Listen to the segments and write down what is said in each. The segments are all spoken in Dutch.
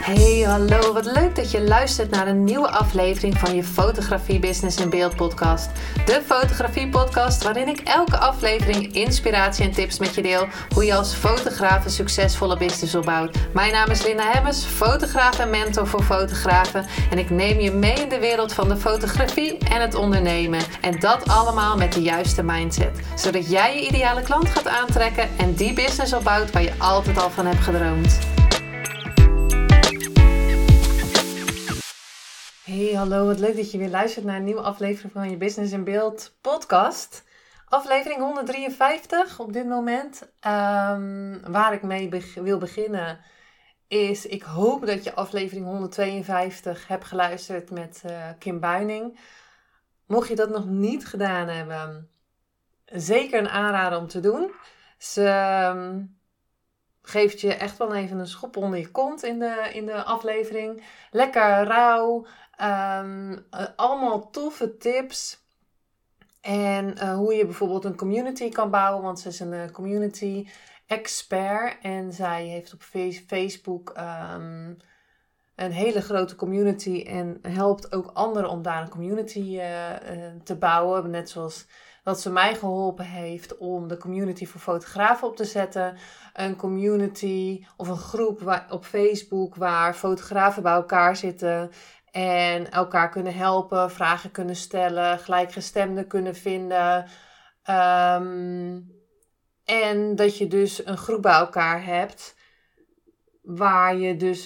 Hey, hallo. Wat leuk dat je luistert naar een nieuwe aflevering van je Fotografie Business in Beeld podcast. De fotografie podcast waarin ik elke aflevering inspiratie en tips met je deel hoe je als fotograaf een succesvolle business opbouwt. Mijn naam is Linda Hemmers, fotograaf en mentor voor fotografen. En ik neem je mee in de wereld van de fotografie en het ondernemen. En dat allemaal met de juiste mindset. Zodat jij je ideale klant gaat aantrekken en die business opbouwt waar je altijd al van hebt gedroomd. Hey, hallo, wat leuk dat je weer luistert naar een nieuwe aflevering van je Business in Beeld podcast. Aflevering 153 op dit moment. Waar ik mee wil beginnen is, ik hoop dat je aflevering 152 hebt geluisterd met Kim Buining. Mocht je dat nog niet gedaan hebben, zeker een aanrader om te doen. Ze geeft je echt wel even een schop onder je kont in de aflevering. Lekker rauw. Allemaal toffe tips. En hoe je bijvoorbeeld een community kan bouwen. Want ze is een community expert. En zij heeft op Facebook een hele grote community. En helpt ook anderen om daar een community te bouwen. Net zoals dat ze mij geholpen heeft om de community voor fotografen op te zetten. Een community of een groep op Facebook waar fotografen bij elkaar zitten. En elkaar kunnen helpen, vragen kunnen stellen, gelijkgestemden kunnen vinden. En dat je dus een groep bij elkaar hebt waar je dus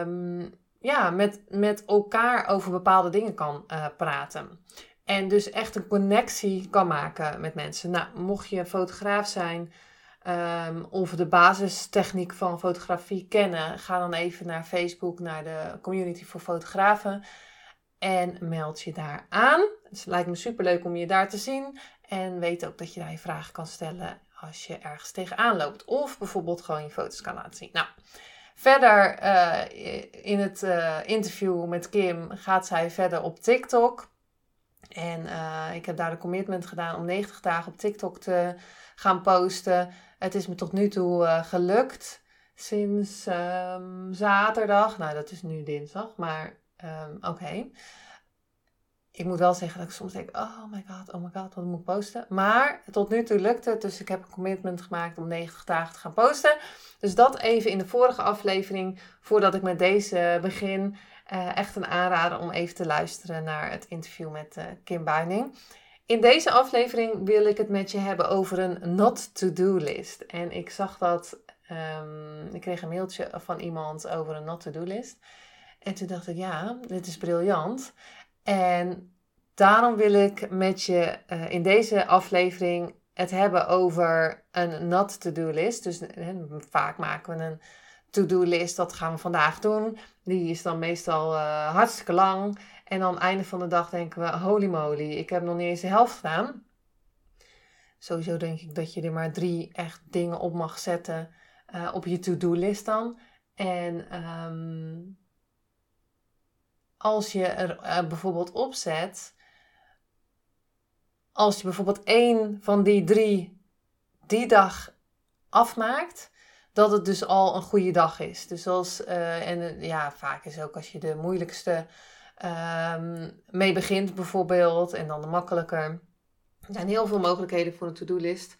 met elkaar over bepaalde dingen kan praten. En dus echt een connectie kan maken met mensen. Nou, mocht je fotograaf zijn of de basistechniek van fotografie kennen, ga dan even naar Facebook, naar de community voor fotografen en meld je daar aan. Het lijkt me superleuk om je daar te zien en weet ook dat je daar je vragen kan stellen als je ergens tegenaan loopt of bijvoorbeeld gewoon je foto's kan laten zien. Nou, verder in het interview met Kim gaat zij verder op TikTok. En ik heb daar de commitment gedaan om 90 dagen op TikTok te gaan posten. Het is me tot nu toe gelukt. Sinds zaterdag. Nou, dat is nu dinsdag. Maar oké. Ik moet wel zeggen dat ik soms denk, oh my god, wat moet ik posten? Maar tot nu toe lukt het. Dus ik heb een commitment gemaakt om 90 dagen te gaan posten. Dus dat even in de vorige aflevering, voordat ik met deze begin. Echt een aanrader om even te luisteren naar het interview met Kim Buining. In deze aflevering wil ik het met je hebben over een not-to-do list. En ik zag dat, ik kreeg een mailtje van iemand over een not-to-do list. En toen dacht ik, ja, dit is briljant. En daarom wil ik met je in deze aflevering het hebben over een not-to-do list. Dus vaak maken we een to-do-list, dat gaan we vandaag doen. Die is dan meestal hartstikke lang. En aan het einde van de dag denken we, holy moly, ik heb nog niet eens de helft gedaan. Sowieso denk ik dat je er maar 3 echt dingen op mag zetten op je to-do-list dan. En als je er bijvoorbeeld op zet, als je bijvoorbeeld 1 van die 3 die dag afmaakt, dat het dus al een goede dag is. Dus vaak is ook als je de moeilijkste mee begint bijvoorbeeld en dan de makkelijker. Er zijn heel veel mogelijkheden voor een to-do-list.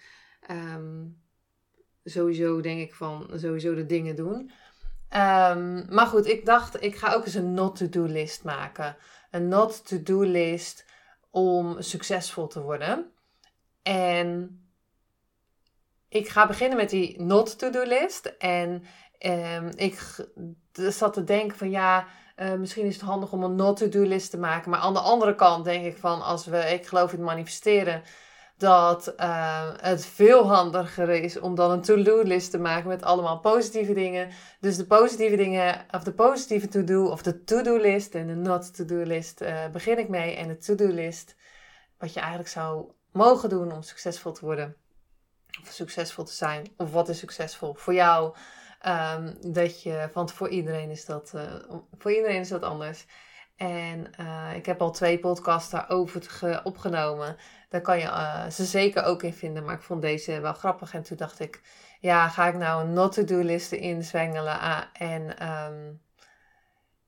Sowieso denk ik van sowieso de dingen doen. Maar goed, ik dacht ik ga ook eens een not-to-do-list maken. Een not-to-do-list om succesvol te worden. En ik ga beginnen met die not-to-do-list. En ik zat te denken van misschien is het handig om een not-to-do-list te maken. Maar aan de andere kant denk ik van ik geloof in het manifesteren, dat het veel handiger is om dan een to-do-list te maken met allemaal positieve dingen. Dus de positieve dingen, of de positieve to-do, of de to-do-list en de not-to-do-list begin ik mee. En de to-do-list, wat je eigenlijk zou mogen doen om succesvol te worden. Of succesvol te zijn. Of wat is succesvol voor jou? Want voor iedereen is dat anders. En ik heb al 2 podcasts daarover opgenomen. Daar kan je ze zeker ook in vinden. Maar ik vond deze wel grappig. En toen dacht ik, ga ik nou een not-to-do list inzwengelen? En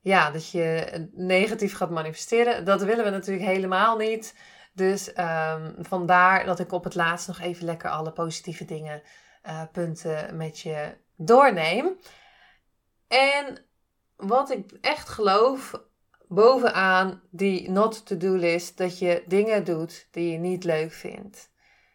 dat je negatief gaat manifesteren. Dat willen we natuurlijk helemaal niet. Dus vandaar dat ik op het laatst nog even lekker alle positieve dingen, punten met je doorneem. En wat ik echt geloof, bovenaan die not to do list, dat je dingen doet die je niet leuk vindt.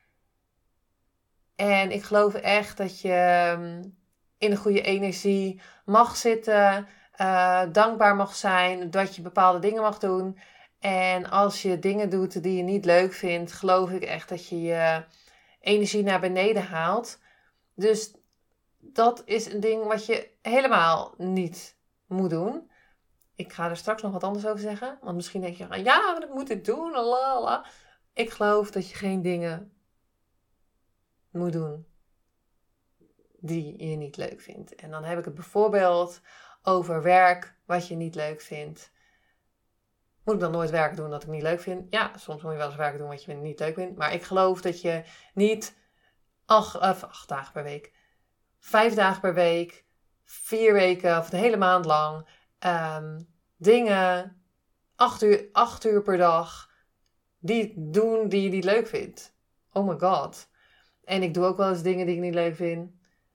En ik geloof echt dat je in een goede energie mag zitten, dankbaar mag zijn, dat je bepaalde dingen mag doen. En als je dingen doet die je niet leuk vindt, geloof ik echt dat je je energie naar beneden haalt. Dus dat is een ding wat je helemaal niet moet doen. Ik ga er straks nog wat anders over zeggen. Want misschien denk je, ja, maar ik moet dit doen. Lalala. Ik geloof dat je geen dingen moet doen die je niet leuk vindt. En dan heb ik het bijvoorbeeld over werk wat je niet leuk vindt. Moet ik dan nooit werk doen dat ik niet leuk vind? Ja, soms moet je wel eens werk doen wat je niet leuk vindt. Maar ik geloof dat je niet 8 dagen per week, 5 dagen per week, 4 weken of de hele maand lang dingen 8 uur per dag die doen die je niet leuk vindt. Oh my god. En ik doe ook wel eens dingen die ik niet leuk vind.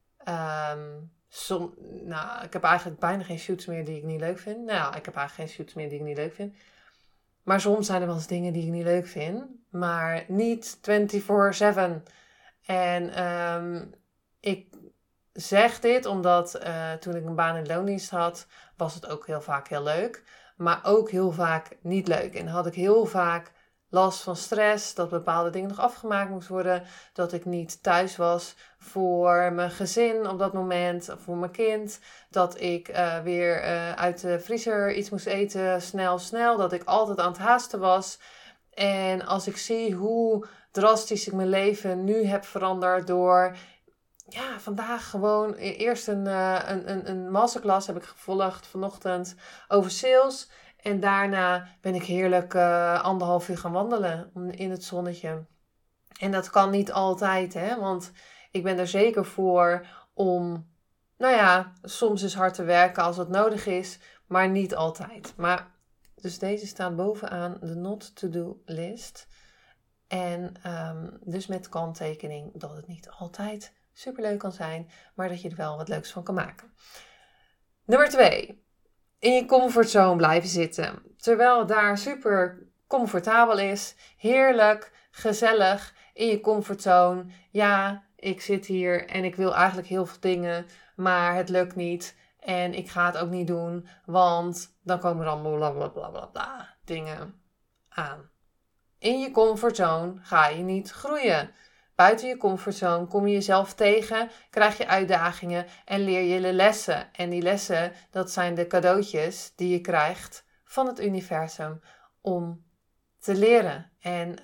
Ik heb eigenlijk bijna geen shoots meer die ik niet leuk vind. Nou, ik heb eigenlijk geen shoots meer die ik niet leuk vind. Maar soms zijn er wel eens dingen die ik niet leuk vind. Maar niet 24/7. En ik zeg dit omdat toen ik een baan in loondienst had, was het ook heel vaak heel leuk. Maar ook heel vaak niet leuk. En had ik heel vaak last van stress, dat bepaalde dingen nog afgemaakt moesten worden. Dat ik niet thuis was voor mijn gezin op dat moment, voor mijn kind. Dat ik weer uit de vriezer iets moest eten, snel. Dat ik altijd aan het haasten was. En als ik zie hoe drastisch ik mijn leven nu heb veranderd door vandaag gewoon eerst een masterclass heb ik gevolgd vanochtend over sales. En daarna ben ik heerlijk 1,5 uur gaan wandelen in het zonnetje. En dat kan niet altijd, hè. Want ik ben er zeker voor om, soms eens hard te werken als het nodig is. Maar niet altijd. Dus deze staan bovenaan de not to do list. En dus met kanttekening dat het niet altijd superleuk kan zijn, maar dat je er wel wat leuks van kan maken. Nummer 2. In je comfortzone blijven zitten. Terwijl het daar super comfortabel is. Heerlijk, gezellig, in je comfortzone. Ja, ik zit hier en ik wil eigenlijk heel veel dingen, maar het lukt niet. En ik ga het ook niet doen, want dan komen er allemaal blablabla dingen aan. In je comfortzone ga je niet groeien. Buiten je comfortzone kom je jezelf tegen, krijg je uitdagingen en leer je de lessen. En die lessen, dat zijn de cadeautjes die je krijgt van het universum om te leren. En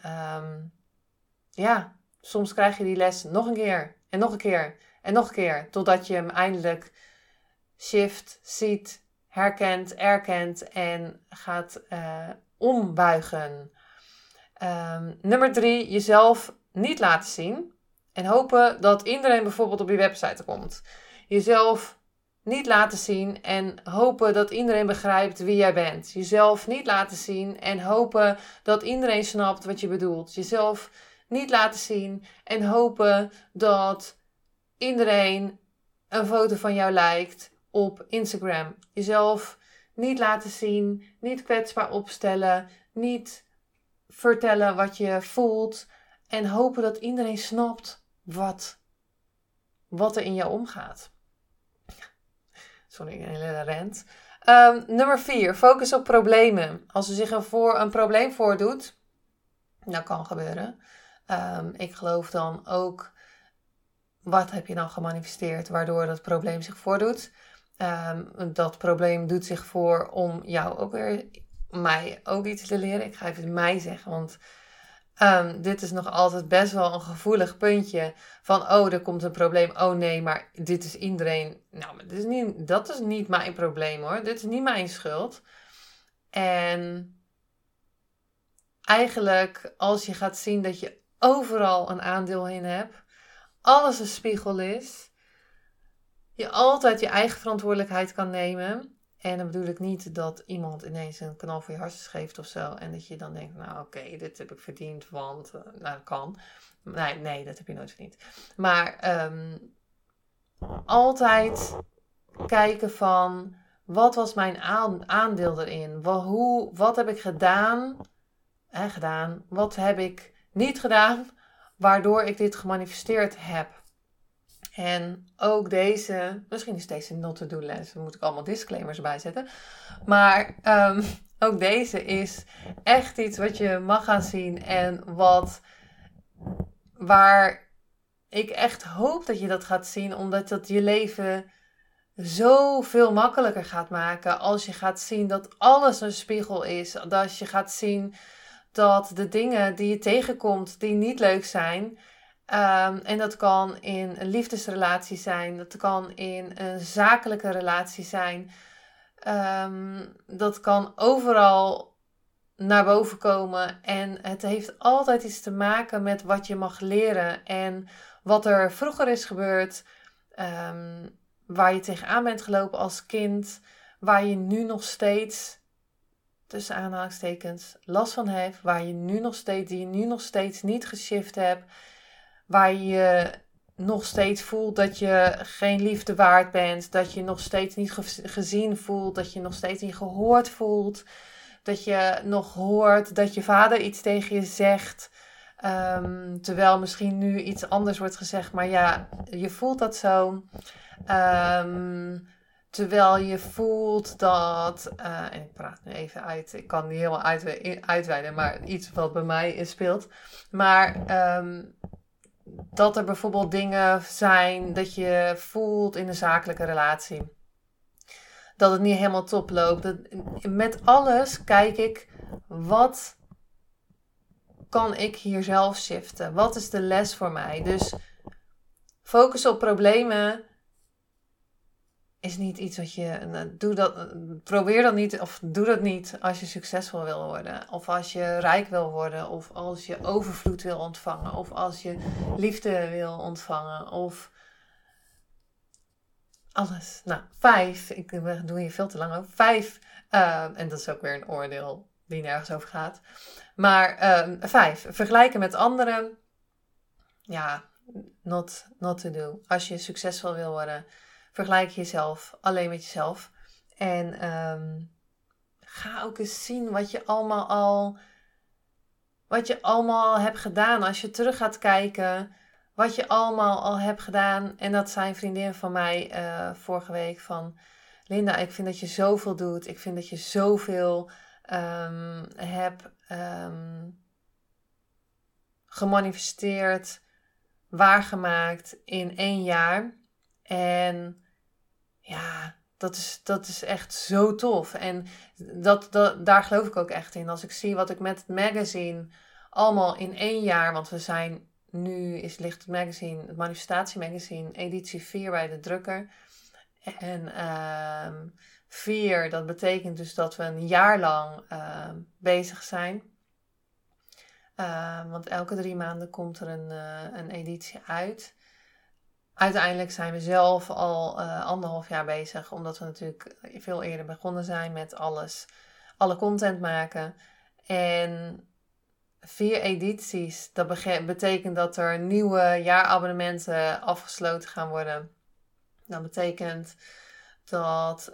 soms krijg je die les nog een keer en nog een keer en nog een keer. Totdat je hem eindelijk shift, ziet, herkent, erkent en gaat ombuigen. Nummer 3, jezelf niet laten zien en hopen dat iedereen bijvoorbeeld op je website komt. Jezelf niet laten zien en hopen dat iedereen begrijpt wie jij bent. Jezelf niet laten zien en hopen dat iedereen snapt wat je bedoelt. Jezelf niet laten zien en hopen dat iedereen een foto van jou lijkt op Instagram. Jezelf niet laten zien, niet kwetsbaar opstellen, niet vertellen wat je voelt en hopen dat iedereen snapt wat er in jou omgaat. Sorry, een hele rant. Nummer 4, focus op problemen. Als er zich een probleem voordoet, dat kan gebeuren. Ik geloof dan ook, wat heb je dan gemanifesteerd waardoor dat probleem zich voordoet? Dat probleem doet zich voor om jou ook weer, mij ook iets te leren. Ik ga even mij zeggen, want dit is nog altijd best wel een gevoelig puntje van, er komt een probleem. Oh nee, maar dit is iedereen. Nou, maar dat is niet mijn probleem hoor. Dit is niet mijn schuld. En eigenlijk, als je gaat zien dat je overal een aandeel in hebt, alles een spiegel is, je altijd je eigen verantwoordelijkheid kan nemen En dan bedoel ik niet dat iemand ineens een knal voor je hartjes geeft of zo. En dat je dan denkt, nou oké, dit heb ik verdiend, want nou dat kan. Nee, dat heb je nooit verdiend. Maar altijd kijken van, wat was mijn aandeel erin? Wat heb ik gedaan? Wat heb ik niet gedaan, waardoor ik dit gemanifesteerd heb? En ook deze, misschien is deze not to do list, daar moet ik allemaal disclaimers bij zetten. Maar ook deze is echt iets wat je mag gaan zien en waar ik echt hoop dat je dat gaat zien, omdat dat je leven zoveel makkelijker gaat maken als je gaat zien dat alles een spiegel is. Dat je gaat zien dat de dingen die je tegenkomt die niet leuk zijn, en dat kan in een liefdesrelatie zijn, dat kan in een zakelijke relatie zijn, dat kan overal naar boven komen. En het heeft altijd iets te maken met wat je mag leren en wat er vroeger is gebeurd, waar je tegenaan bent gelopen als kind, waar je nu nog steeds, tussen aanhalingstekens, last van hebt, die je nu nog steeds niet geshift hebt, waar je nog steeds voelt dat je geen liefde waard bent, dat je nog steeds niet gezien voelt, dat je nog steeds niet gehoord voelt, dat je nog hoort dat je vader iets tegen je zegt, terwijl misschien nu iets anders wordt gezegd, maar ja, je voelt dat zo. Terwijl je voelt dat, en ik praat nu even uit, ik kan niet helemaal uitweiden, maar iets wat bij mij speelt. Maar dat er bijvoorbeeld dingen zijn dat je voelt in een zakelijke relatie. Dat het niet helemaal top loopt. Met alles kijk ik, wat kan ik hier zelf shiften? Wat is de les voor mij? Dus focus op problemen is niet iets wat je... Probeer dat niet, of doe dat niet als je succesvol wil worden. Of als je rijk wil worden. Of als je overvloed wil ontvangen. Of als je liefde wil ontvangen. Of alles. Nou, 5. Ik doe hier veel te lang over. 5. En dat is ook weer een oordeel die nergens over gaat. Maar 5. Vergelijken met anderen. Ja, not to do. Als je succesvol wil worden, vergelijk jezelf alleen met jezelf. En ga ook eens zien wat je allemaal hebt gedaan. Als je terug gaat kijken, wat je allemaal al hebt gedaan. En dat zei een vriendin van mij vorige week van, Linda, ik vind dat je zoveel doet. Ik vind dat je zoveel hebt gemanifesteerd, waargemaakt in 1 jaar. En ja, dat is echt zo tof. En daar geloof ik ook echt in. Als ik zie wat ik met het magazine allemaal in 1 jaar... Want we zijn nu, ligt het magazine, het manifestatiemagazine, editie 4 bij de drukker. En 4, dat betekent dus dat we een jaar lang bezig zijn. Want elke 3 maanden komt er een editie uit. Uiteindelijk zijn we zelf al 1,5 jaar bezig, omdat we natuurlijk veel eerder begonnen zijn met alle content maken. En 4 edities, dat betekent dat er nieuwe jaarabonnementen afgesloten gaan worden. Dat betekent dat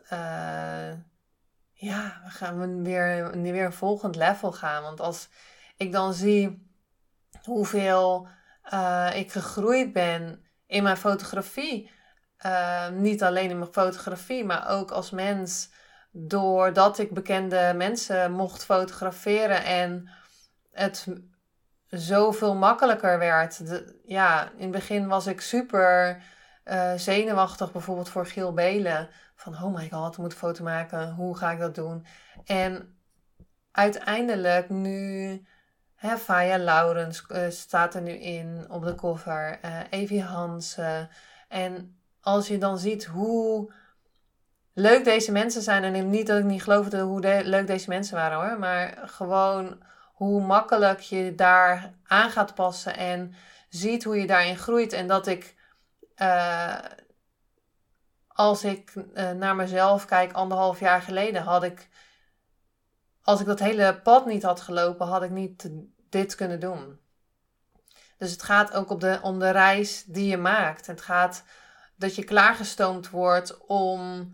we gaan weer een volgend level gaan. Want als ik dan zie hoeveel ik gegroeid ben in mijn fotografie. Niet alleen in mijn fotografie, maar ook als mens. Doordat ik bekende mensen mocht fotograferen en het zoveel makkelijker werd. In het begin was ik super zenuwachtig, bijvoorbeeld voor Giel Belen. Van, oh my god, ik moet een foto maken. Hoe ga ik dat doen? En uiteindelijk nu... Faya Laurens staat er nu in op de cover. Evie Hansen. En als je dan ziet hoe leuk deze mensen zijn. En niet dat ik niet geloofde hoe leuk deze mensen waren hoor. Maar gewoon hoe makkelijk je daar aan gaat passen. En ziet hoe je daarin groeit. En dat ik als ik naar mezelf kijk, 1,5 jaar geleden als ik dat hele pad niet had gelopen, had ik niet dit kunnen doen. Dus het gaat ook om de reis die je maakt. Het gaat dat je klaargestoomd wordt om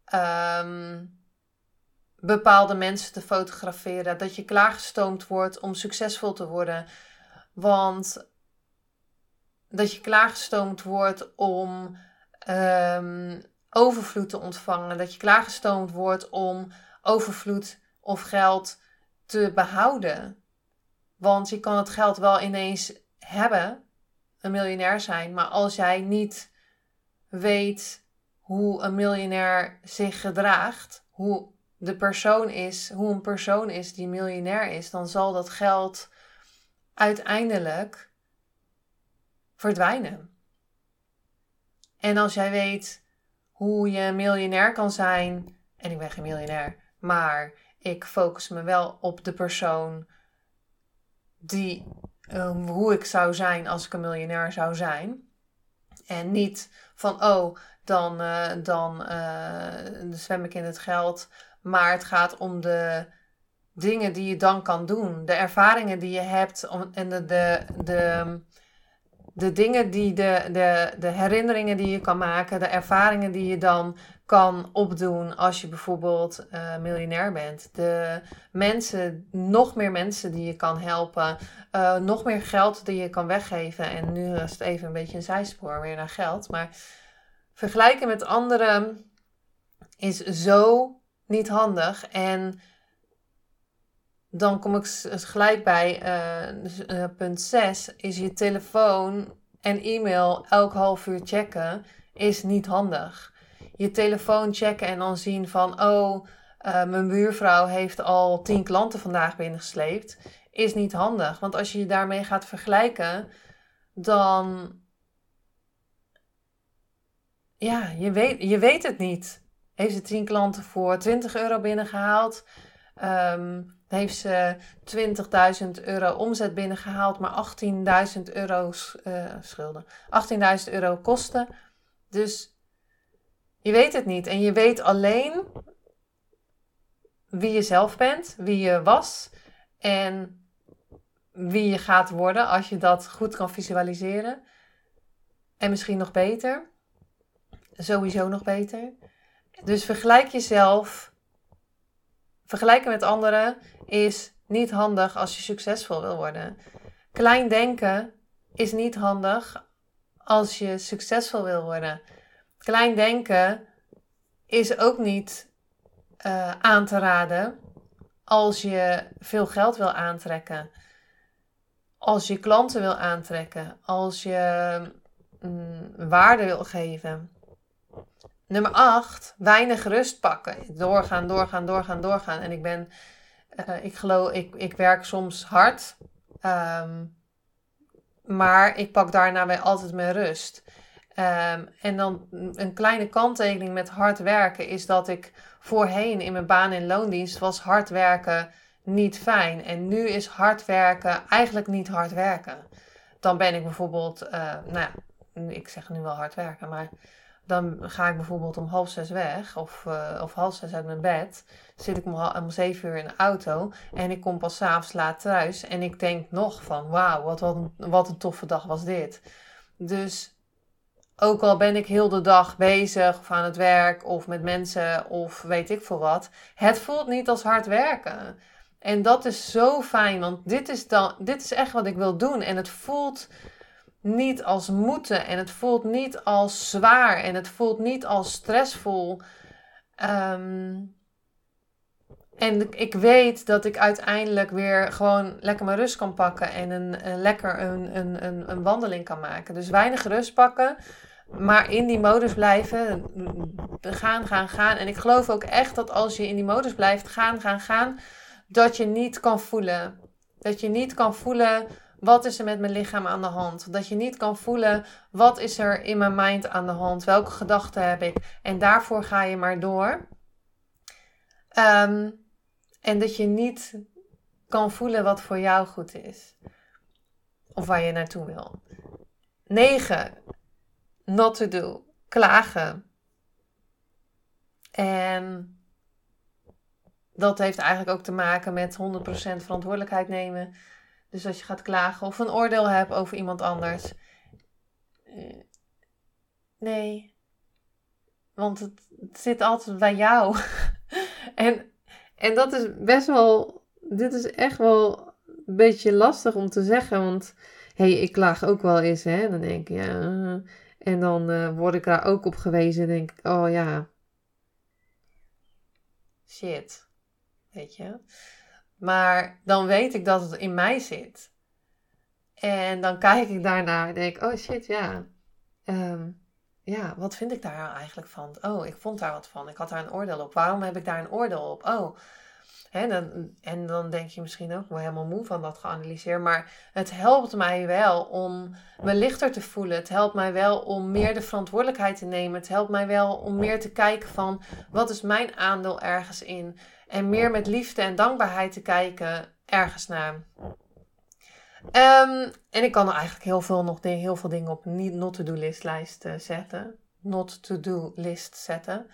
bepaalde mensen te fotograferen. Dat je klaargestoomd wordt om succesvol te worden. Want dat je klaargestoomd wordt om overvloed te ontvangen. Dat je klaargestoomd wordt om overvloed of geld te behouden. Want je kan het geld wel ineens hebben, een miljonair zijn. Maar als jij niet weet hoe een miljonair zich gedraagt, hoe een persoon is die miljonair is, dan zal dat geld uiteindelijk verdwijnen. En als jij weet hoe je miljonair kan zijn, en ik ben geen miljonair, maar ik focus me wel op de persoon hoe ik zou zijn als ik een miljonair zou zijn. En niet van, dan zwem ik in het geld. Maar het gaat om de dingen die je dan kan doen. De ervaringen die je hebt. En de dingen de herinneringen die je kan maken. De ervaringen die je dan kan opdoen als je bijvoorbeeld miljonair bent. Nog meer mensen die je kan helpen. Nog meer geld die je kan weggeven. En nu is het even een beetje een zijspoor weer naar geld. Maar vergelijken met anderen is zo niet handig. En dan kom ik gelijk bij punt 6. Is je telefoon en e-mail elk half uur checken is niet handig. Je telefoon checken en dan zien van mijn buurvrouw heeft al 10 klanten vandaag binnengesleept. Is niet handig. Want als je je daarmee gaat vergelijken, dan ja, je weet het niet. Heeft ze 10 klanten voor €20 binnengehaald? Heeft ze €20.000 omzet binnengehaald, maar €18.000 schulden. €18.000 kosten. Dus je weet het niet. En je weet alleen wie je zelf bent, wie je was en wie je gaat worden als je dat goed kan visualiseren. En misschien nog beter. Sowieso nog beter. Dus vergelijken met anderen is niet handig als je succesvol wil worden. Klein denken is niet handig als je succesvol wil worden. Klein denken is ook niet aan te raden als je veel geld wil aantrekken. Als je klanten wil aantrekken. Als je waarde wil geven. Nummer 8, weinig rust pakken. Doorgaan. En ik werk soms hard. Maar ik pak daarna weer altijd mijn rust. En dan een kleine kanttekening met hard werken is dat ik voorheen in mijn baan in loondienst was hard werken niet fijn. En nu is hard werken eigenlijk niet hard werken. Dan ben ik bijvoorbeeld, ik zeg nu wel hard werken, maar dan ga ik bijvoorbeeld om 5:30 weg of 5:30 uit mijn bed. Zit ik om 7:00 in de auto en ik kom pas 's avonds laat thuis. En ik denk nog van wauw, wat een toffe dag was dit. Dus ook al ben ik heel de dag bezig of aan het werk of met mensen of weet ik veel wat. Het voelt niet als hard werken. En dat is zo fijn, want dit is echt wat ik wil doen. En het voelt niet als moeten en het voelt niet als zwaar en het voelt niet als stressvol. En ik weet dat ik uiteindelijk weer gewoon lekker mijn rust kan pakken en een wandeling kan maken. Dus weinig rust pakken, maar in die modus blijven, gaan. En ik geloof ook echt dat als je in die modus blijft gaan, dat je niet kan voelen. Dat je niet kan voelen, wat is er met mijn lichaam aan de hand? Dat je niet kan voelen, wat is er in mijn mind aan de hand? Welke gedachten heb ik? En daarvoor ga je maar door. En dat je niet kan voelen wat voor jou goed is. Of waar je naartoe wil. 9. Not to do. Klagen. En dat heeft eigenlijk ook te maken met 100% verantwoordelijkheid nemen. Dus als je gaat klagen of een oordeel hebt over iemand anders. Nee. Want het zit altijd bij jou. en dat is best wel... Dit is echt wel een beetje lastig om te zeggen. Want ik klaag ook wel eens. Hè? Dan denk ik, ja... En dan word ik daar ook op gewezen. Denk ik, oh ja... Shit. Weet je? Maar dan weet ik dat het in mij zit. En dan kijk ik daarnaar en denk, oh shit, ja. Ja, wat vind ik daar nou eigenlijk van? Oh, ik vond daar wat van. Ik had daar een oordeel op. Waarom heb ik daar een oordeel op? Oh. En dan denk je misschien ook wel helemaal moe van dat geanalyseerd. Maar het helpt mij wel om me lichter te voelen. Het helpt mij wel om meer de verantwoordelijkheid te nemen. Het helpt mij wel om meer te kijken van, wat is mijn aandeel ergens in? En meer met liefde en dankbaarheid te kijken ergens naar. En ik kan er eigenlijk heel veel dingen op not to do lijst zetten. Not to do list zetten.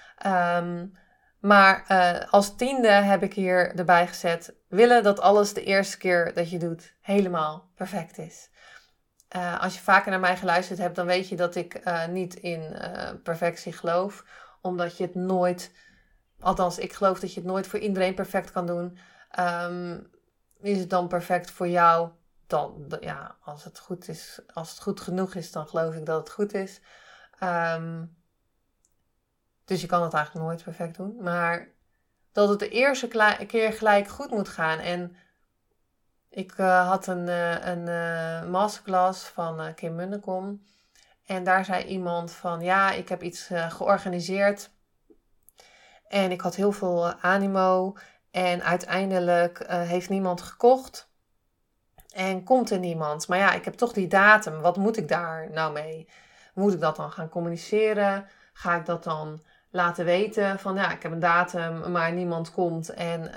Maar als 10e heb ik hier erbij gezet, willen dat alles de eerste keer dat je doet helemaal perfect is. Als je vaker naar mij geluisterd hebt, dan weet je dat ik niet in perfectie geloof. Omdat je het nooit, althans ik geloof dat je het nooit voor iedereen perfect kan doen. Is het dan perfect voor jou? Dan, ja, als het goed genoeg is, dan geloof ik dat het goed is. Dus je kan het eigenlijk nooit perfect doen. Maar dat het de eerste keer gelijk goed moet gaan. En ik had een masterclass van Kim Munnekom. En daar zei iemand van, ja, ik heb iets georganiseerd. En ik had heel veel animo. En uiteindelijk heeft niemand gekocht. En komt er niemand. Maar ja, ik heb toch die datum. Wat moet ik daar nou mee? Moet ik dat dan gaan communiceren? Ga ik dat dan laten weten? Van ja, ik heb een datum, maar niemand komt. En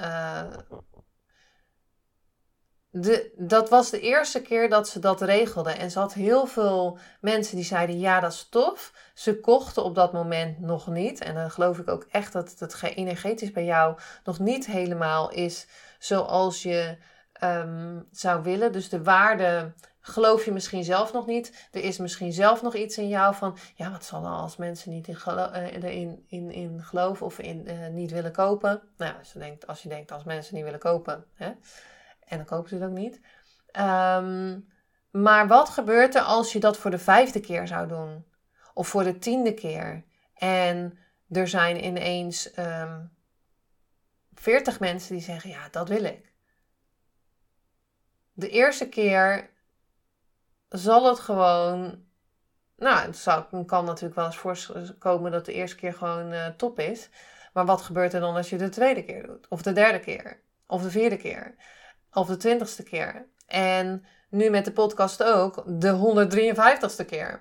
dat was de eerste keer dat ze dat regelde. En ze had heel veel mensen die zeiden, ja, dat is tof. Ze kochten op dat moment nog niet. En dan geloof ik ook echt dat het energetisch bij jou nog niet helemaal is zoals je zou willen. Dus de waarde geloof je misschien zelf nog niet. Er is misschien zelf nog iets in jou van, ja, wat zal dan als mensen niet in geloven of niet willen kopen? Nou ja, als je denkt als mensen niet willen kopen, hè? En dan kopen ze het ook niet. Maar wat gebeurt er als je dat voor de 5e keer zou doen? Of voor de 10e keer? En er zijn ineens 40 mensen die zeggen, ja, dat wil ik. De eerste keer zal het gewoon... Nou, het kan natuurlijk wel eens voorkomen dat de eerste keer gewoon top is. Maar wat gebeurt er dan als je de 2e keer doet? Of de 3e keer? Of de 4e keer? Of de 20ste keer? En nu met de podcast ook de 153ste keer.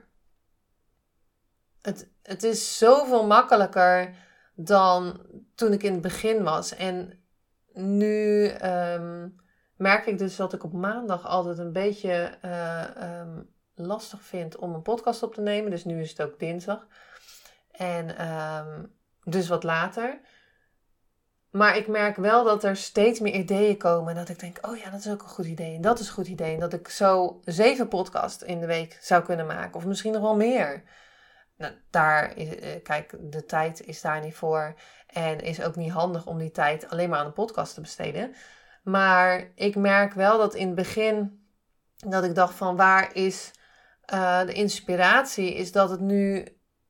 Het is zoveel makkelijker dan toen ik in het begin was. En nu merk ik dus dat ik op maandag altijd een beetje lastig vind om een podcast op te nemen. Dus nu is het ook dinsdag. En dus wat later. Maar ik merk wel dat er steeds meer ideeën komen. En dat ik denk, oh ja, dat is ook een goed idee. En dat is een goed idee. En dat ik zo 7 podcasts in de week zou kunnen maken. Of misschien nog wel meer. Nou, kijk, de tijd is daar niet voor. En is ook niet handig om die tijd alleen maar aan een podcast te besteden. Maar ik merk wel dat in het begin dat ik dacht van waar is de inspiratie? Is dat het nu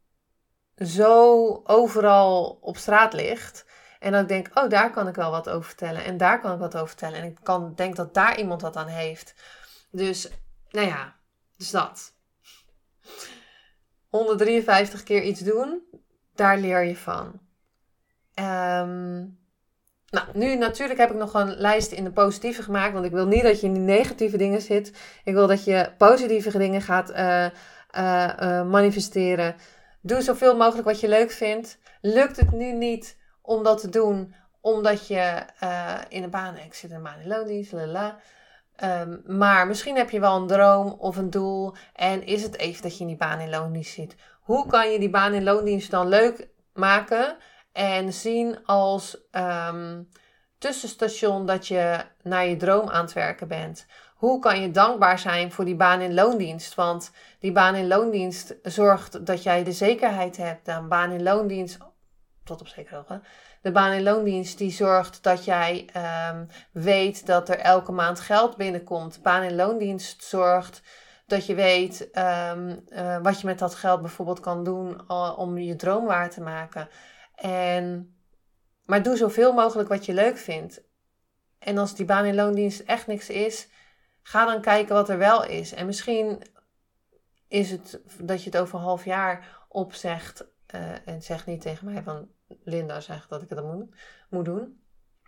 zo overal op straat ligt. En dat ik denk, oh, daar kan ik wel wat over vertellen. En daar kan ik wat over vertellen. En ik denk dat daar iemand wat aan heeft. Dus, nou ja, dus dat. 153 keer iets doen, daar leer je van. Nou, nu natuurlijk heb ik nog een lijst in de positieve gemaakt. Want ik wil niet dat je in die negatieve dingen zit. Ik wil dat je positieve dingen gaat manifesteren. Doe zoveel mogelijk wat je leuk vindt. Lukt het nu niet om dat te doen, omdat je in een baan... Ik zit in een baan in loondienst, maar misschien heb je wel een droom of een doel. En is het even dat je in die baan in loondienst zit. Hoe kan je die baan in loondienst dan leuk maken En zien als tussenstation dat je naar je droom aan het werken bent. Hoe kan je dankbaar zijn voor die baan in loondienst? Want die baan in loondienst zorgt dat jij de zekerheid hebt. De baan in loondienst, tot op zekere hoogte. De baan in loondienst die zorgt dat jij weet dat er elke maand geld binnenkomt. De baan in loondienst zorgt dat je weet wat je met dat geld bijvoorbeeld kan doen om je droom waar te maken. Maar doe zoveel mogelijk wat je leuk vindt. En als die baan in loondienst echt niks is, ga dan kijken wat er wel is. En misschien is het dat je het over een half jaar opzegt. En zeg niet tegen mij van Linda zegt dat ik het dan moet doen.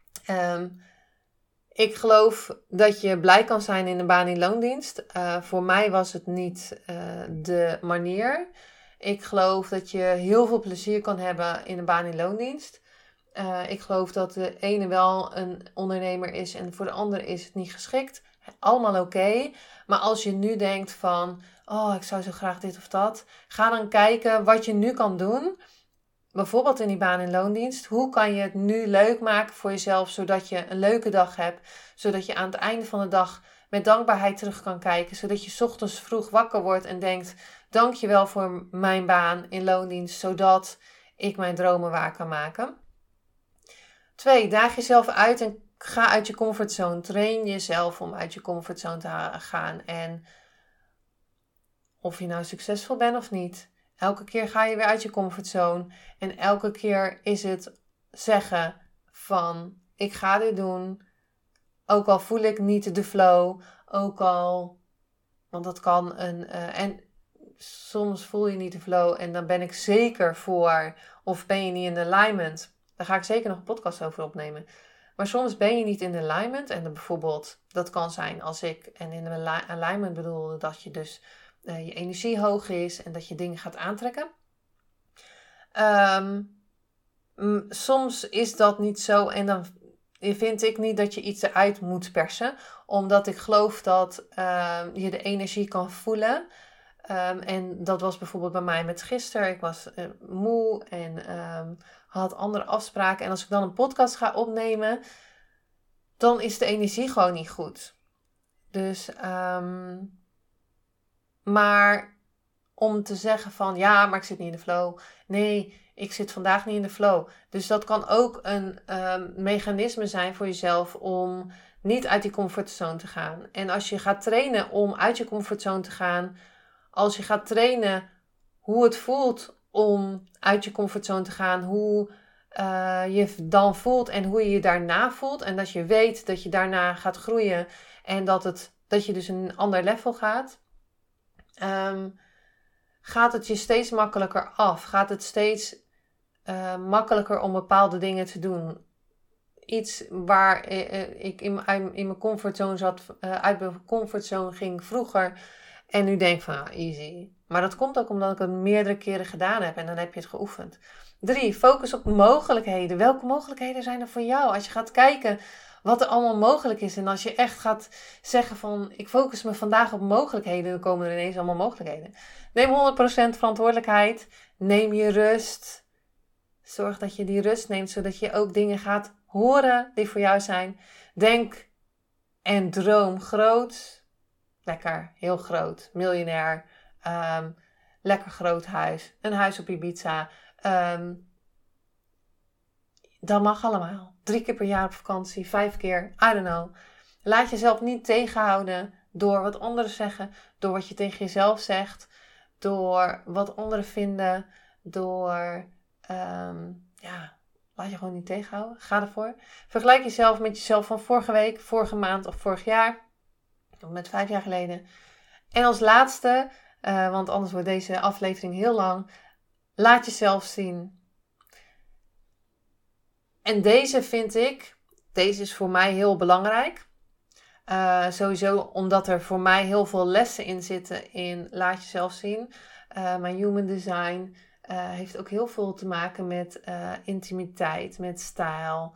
Ik geloof dat je blij kan zijn in een baan in loondienst. Voor mij was het niet de manier. Ik geloof dat je heel veel plezier kan hebben in een baan in loondienst. Ik geloof dat de ene wel een ondernemer is en voor de andere is het niet geschikt. Allemaal oké. Maar als je nu denkt van, oh, ik zou zo graag dit of dat. Ga dan kijken wat je nu kan doen. Bijvoorbeeld in die baan in loondienst. Hoe kan je het nu leuk maken voor jezelf, zodat je een leuke dag hebt. Zodat je aan het einde van de dag met dankbaarheid terug kan kijken. Zodat je 's ochtends vroeg wakker wordt en denkt, dankjewel voor mijn baan in loondienst, zodat ik mijn dromen waar kan maken. 2, daag jezelf uit en ga uit je comfortzone. Train jezelf om uit je comfortzone te gaan. En of je nou succesvol bent of niet, elke keer ga je weer uit je comfortzone. En elke keer is het zeggen van, ik ga dit doen. Ook al voel ik niet de flow. Want dat kan en soms voel je niet de flow en dan ben ik zeker voor. Of ben je niet in alignment. Daar ga ik zeker nog een podcast over opnemen. Maar soms ben je niet in alignment. En dan bijvoorbeeld, dat kan zijn als ik, en in alignment bedoel dat je dus je energie hoog is en dat je dingen gaat aantrekken. Soms is dat niet zo en dan vind ik niet dat je iets eruit moet persen. Omdat ik geloof dat je de energie kan voelen. En dat was bijvoorbeeld bij mij met gisteren. Ik was moe en had andere afspraken. En als ik dan een podcast ga opnemen, dan is de energie gewoon niet goed. Dus, maar om te zeggen van, ja, maar ik zit niet in de flow. Nee, ik zit vandaag niet in de flow. Dus dat kan ook een mechanisme zijn voor jezelf om niet uit die comfortzone te gaan. En als je gaat trainen om uit je comfortzone te gaan, als je gaat trainen hoe het voelt om uit je comfortzone te gaan, hoe je dan voelt en hoe je je daarna voelt. En dat je weet dat je daarna gaat groeien en dat je dus een ander level gaat. Gaat het je steeds makkelijker af. Gaat het steeds makkelijker om bepaalde dingen te doen. Iets waar ik in mijn comfortzone zat, uit mijn comfortzone ging vroeger. En nu denk van, easy. Maar dat komt ook omdat ik het meerdere keren gedaan heb. En dan heb je het geoefend. 3, focus op mogelijkheden. Welke mogelijkheden zijn er voor jou? Als je gaat kijken wat er allemaal mogelijk is. En als je echt gaat zeggen van, ik focus me vandaag op mogelijkheden. Dan komen er ineens allemaal mogelijkheden. Neem 100% verantwoordelijkheid. Neem je rust. Zorg dat je die rust neemt, zodat je ook dingen gaat horen die voor jou zijn. Denk en droom groot. Lekker, heel groot. Miljonair. Lekker groot huis. Een huis op Ibiza. Dat mag allemaal. 3 keer per jaar op vakantie. 5 keer. I don't know. Laat jezelf niet tegenhouden door wat anderen zeggen. Door wat je tegen jezelf zegt. Door wat anderen vinden. Door... laat je gewoon niet tegenhouden. Ga ervoor. Vergelijk jezelf met jezelf van vorige week, vorige maand of vorig jaar. Of met 5 jaar geleden. En als laatste, want anders wordt deze aflevering heel lang. Laat jezelf zien. En deze is voor mij heel belangrijk. Sowieso omdat er voor mij heel veel lessen in zitten in laat jezelf zien. Mijn human design heeft ook heel veel te maken met intimiteit, met stijl,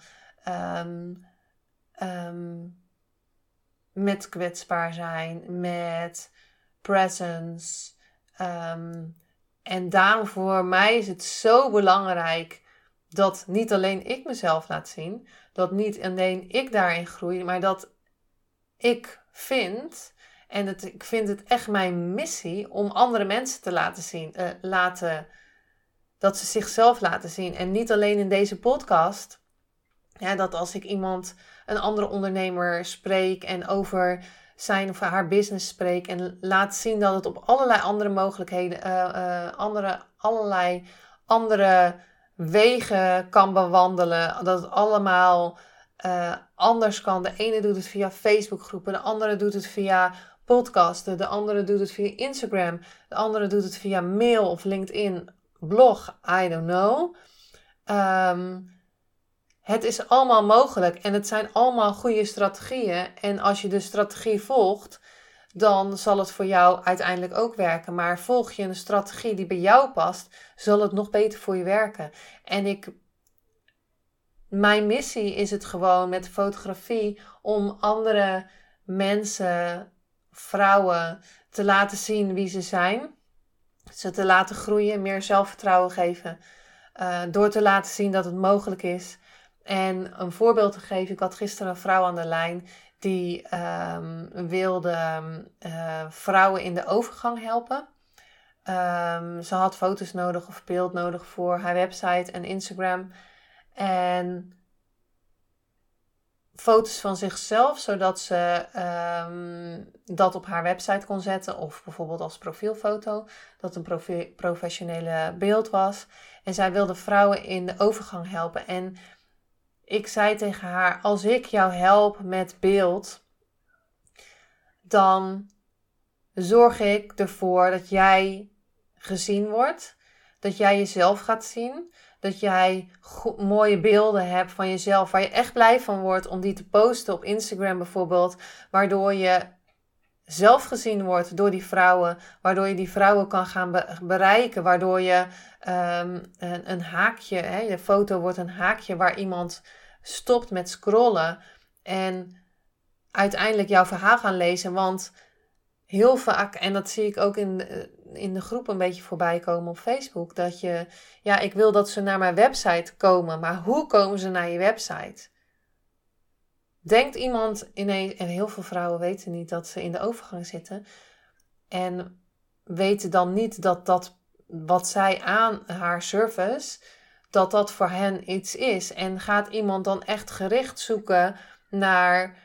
met kwetsbaar zijn, met presence. En daarom voor mij is het zo belangrijk dat niet alleen ik mezelf laat zien, dat niet alleen ik daarin groei, maar dat ik vind, en ik vind het echt mijn missie om andere mensen te laten zien, dat ze zichzelf laten zien. En niet alleen in deze podcast, dat als ik een andere ondernemer spreek en over zijn of haar business spreek en laat zien dat het op allerlei andere mogelijkheden, allerlei andere wegen kan bewandelen. Dat het allemaal anders kan. De ene doet het via Facebookgroepen, de andere doet het via podcasten, de andere doet het via Instagram, de andere doet het via mail of LinkedIn, blog, I don't know. Het is allemaal mogelijk en het zijn allemaal goede strategieën. En als je de strategie volgt, dan zal het voor jou uiteindelijk ook werken. Maar volg je een strategie die bij jou past, zal het nog beter voor je werken. En mijn missie is het gewoon met fotografie om andere mensen, vrouwen, te laten zien wie ze zijn. Ze te laten groeien, meer zelfvertrouwen geven. Door te laten zien dat het mogelijk is. En een voorbeeld te geven. Ik had gisteren een vrouw aan de lijn die wilde vrouwen in de overgang helpen. Ze had foto's nodig of beeld nodig voor haar website en Instagram. En foto's van zichzelf, zodat ze dat op haar website kon zetten. Of bijvoorbeeld als profielfoto, dat een professionele beeld was. En zij wilde vrouwen in de overgang helpen. En ik zei tegen haar, als ik jou help met beeld, dan zorg ik ervoor dat jij gezien wordt. Dat jij jezelf gaat zien. Dat jij mooie beelden hebt van jezelf, waar je echt blij van wordt om die te posten op Instagram bijvoorbeeld. Waardoor je zelf gezien wordt door die vrouwen. Waardoor je die vrouwen kan gaan bereiken. Waardoor je een haakje, je foto wordt een haakje waar iemand stopt met scrollen. En uiteindelijk jouw verhaal gaan lezen. Want heel vaak, en dat zie ik ook in de groep een beetje voorbij komen op Facebook. Dat ik wil dat ze naar mijn website komen. Maar hoe komen ze naar je website? Denkt iemand ineens, en heel veel vrouwen weten niet dat ze in de overgang zitten. En weten dan niet dat wat zij aan haar service, dat voor hen iets is. En gaat iemand dan echt gericht zoeken naar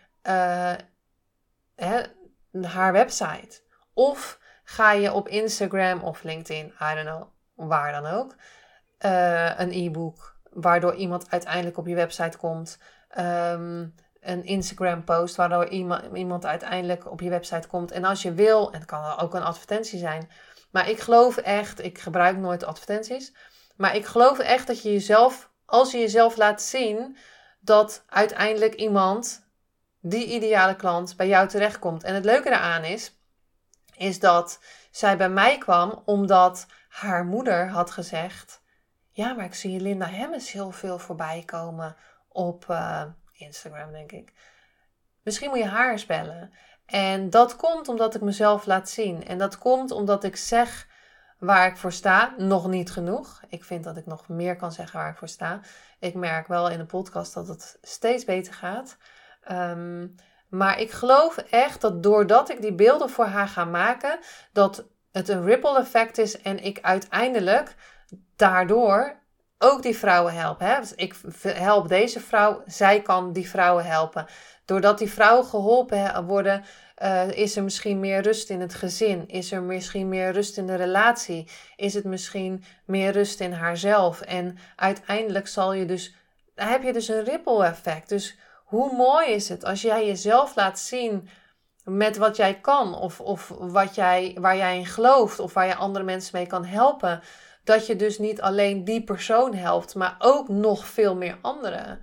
haar website? Of ga je op Instagram of LinkedIn, I don't know, waar dan ook, een e-book, waardoor iemand uiteindelijk op je website komt. Een Instagram post, waardoor iemand uiteindelijk op je website komt. En als je wil, en het kan ook een advertentie zijn, maar ik geloof echt, ik gebruik nooit advertenties, maar ik geloof echt dat je jezelf, als je jezelf laat zien, dat uiteindelijk iemand, die ideale klant, bij jou terechtkomt. En het leuke daaraan is dat zij bij mij kwam omdat haar moeder had gezegd, ja, maar ik zie Linda Hemmens heel veel voorbij komen op Instagram, denk ik. Misschien moet je haar eens bellen. En dat komt omdat ik mezelf laat zien. En dat komt omdat ik zeg waar ik voor sta. Nog niet genoeg. Ik vind dat ik nog meer kan zeggen waar ik voor sta. Ik merk wel in de podcast dat het steeds beter gaat. Maar ik geloof echt dat doordat ik die beelden voor haar ga maken, dat het een ripple effect is en ik uiteindelijk daardoor ook die vrouwen help. Dus ik help deze vrouw, zij kan die vrouwen helpen. Doordat die vrouwen geholpen worden, is er misschien meer rust in het gezin. Is er misschien meer rust in de relatie. Is het misschien meer rust in haarzelf. En uiteindelijk heb je dus een ripple effect. Dus hoe mooi is het als jij jezelf laat zien met wat jij kan. Of waar jij in gelooft. Of waar je andere mensen mee kan helpen. Dat je dus niet alleen die persoon helpt, maar ook nog veel meer anderen.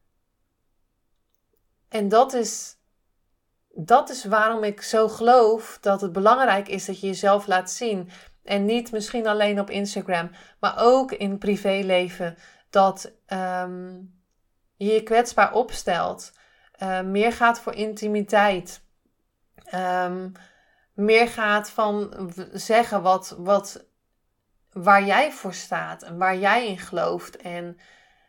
En dat is waarom ik zo geloof dat het belangrijk is dat je jezelf laat zien. En niet misschien alleen op Instagram, maar ook in privéleven. Dat je je kwetsbaar opstelt. Meer gaat voor intimiteit. Meer gaat van zeggen waar jij voor staat en waar jij in gelooft. En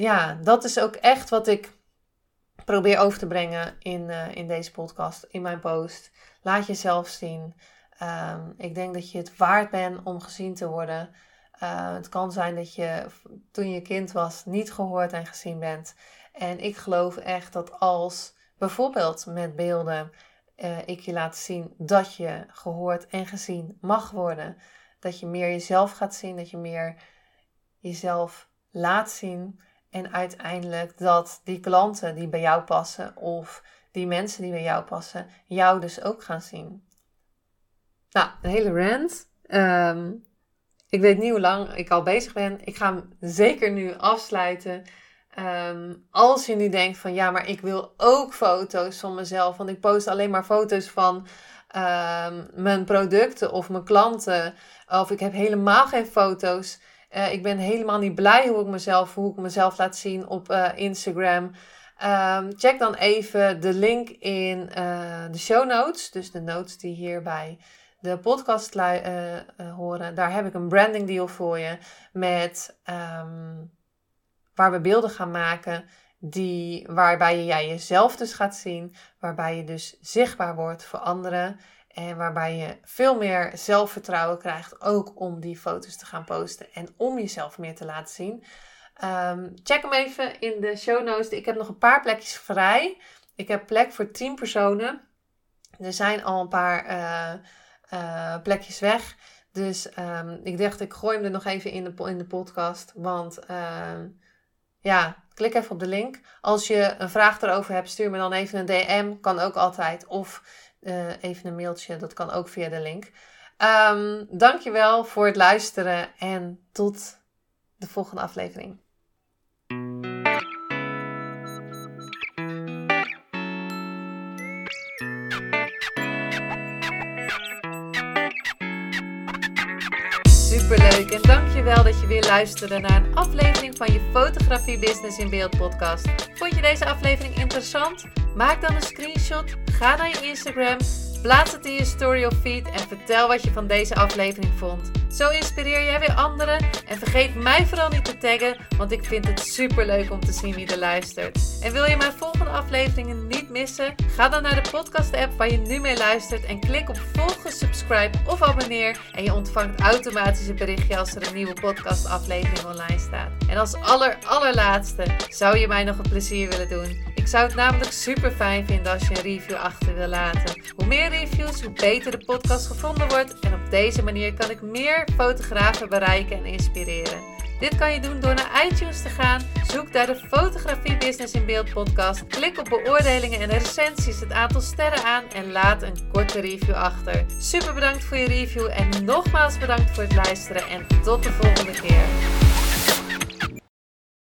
ja, dat is ook echt wat ik probeer over te brengen in deze podcast, in mijn post. Laat jezelf zien. Ik denk dat je het waard bent om gezien te worden. Het kan zijn dat je toen je kind was niet gehoord en gezien bent. En ik geloof echt dat als bijvoorbeeld met beelden ik je laat zien dat je gehoord en gezien mag worden. Dat je meer jezelf gaat zien, dat je meer jezelf laat zien. En uiteindelijk dat die klanten die bij jou passen of die mensen die bij jou passen, jou dus ook gaan zien. Nou, een hele rant. Ik weet niet hoe lang ik al bezig ben. Ik ga hem zeker nu afsluiten. Als je nu denkt van ja, maar ik wil ook foto's van mezelf. Want ik post alleen maar foto's van mijn producten of mijn klanten. Of ik heb helemaal geen foto's. Ik ben helemaal niet blij hoe ik mezelf laat zien op Instagram. Check dan even de link in de show notes. Dus de notes die hierbij de podcast horen. Daar heb ik een branding deal voor je. Met waar we beelden gaan maken. Waarbij jij jezelf dus gaat zien. Waarbij je dus zichtbaar wordt voor anderen. En waarbij je veel meer zelfvertrouwen krijgt. Ook om die foto's te gaan posten. En om jezelf meer te laten zien. Check hem even in de show notes. Ik heb nog een paar plekjes vrij. Ik heb plek voor 10 personen. Er zijn al een paar plekjes weg. Dus ik dacht, ik gooi hem er nog even in de podcast. Want klik even op de link. Als je een vraag erover hebt, stuur me dan even een DM. Kan ook altijd. Of even een mailtje. Dat kan ook via de link. Dankjewel voor het luisteren. En tot de volgende aflevering. Superleuk en dankjewel dat je weer luisterde naar een aflevering van je Fotografie Business in Beeld podcast. Vond je deze aflevering interessant? Maak dan een screenshot, ga naar je Instagram, plaats het in je story of feed en vertel wat je van deze aflevering vond. Zo inspireer jij weer anderen en vergeet mij vooral niet te taggen, want ik vind het superleuk om te zien wie er luistert. En wil je mijn volgende afleveringen niet missen? Ga dan naar de podcast app waar je nu mee luistert en klik op volgen, subscribe of abonneer en je ontvangt automatisch een berichtje als er een nieuwe podcast aflevering online staat. En als allerlaatste zou je mij nog een plezier willen doen. Ik zou het namelijk super fijn vinden als je een review achter wil laten. Hoe meer reviews, hoe beter de podcast gevonden wordt. En op deze manier kan ik meer fotografen bereiken en inspireren. Dit kan je doen door naar iTunes te gaan. Zoek daar de Fotografie Business in Beeld podcast. Klik op beoordelingen en recensies, het aantal sterren aan en laat een korte review achter. Super bedankt voor je review en nogmaals bedankt voor het luisteren en tot de volgende keer.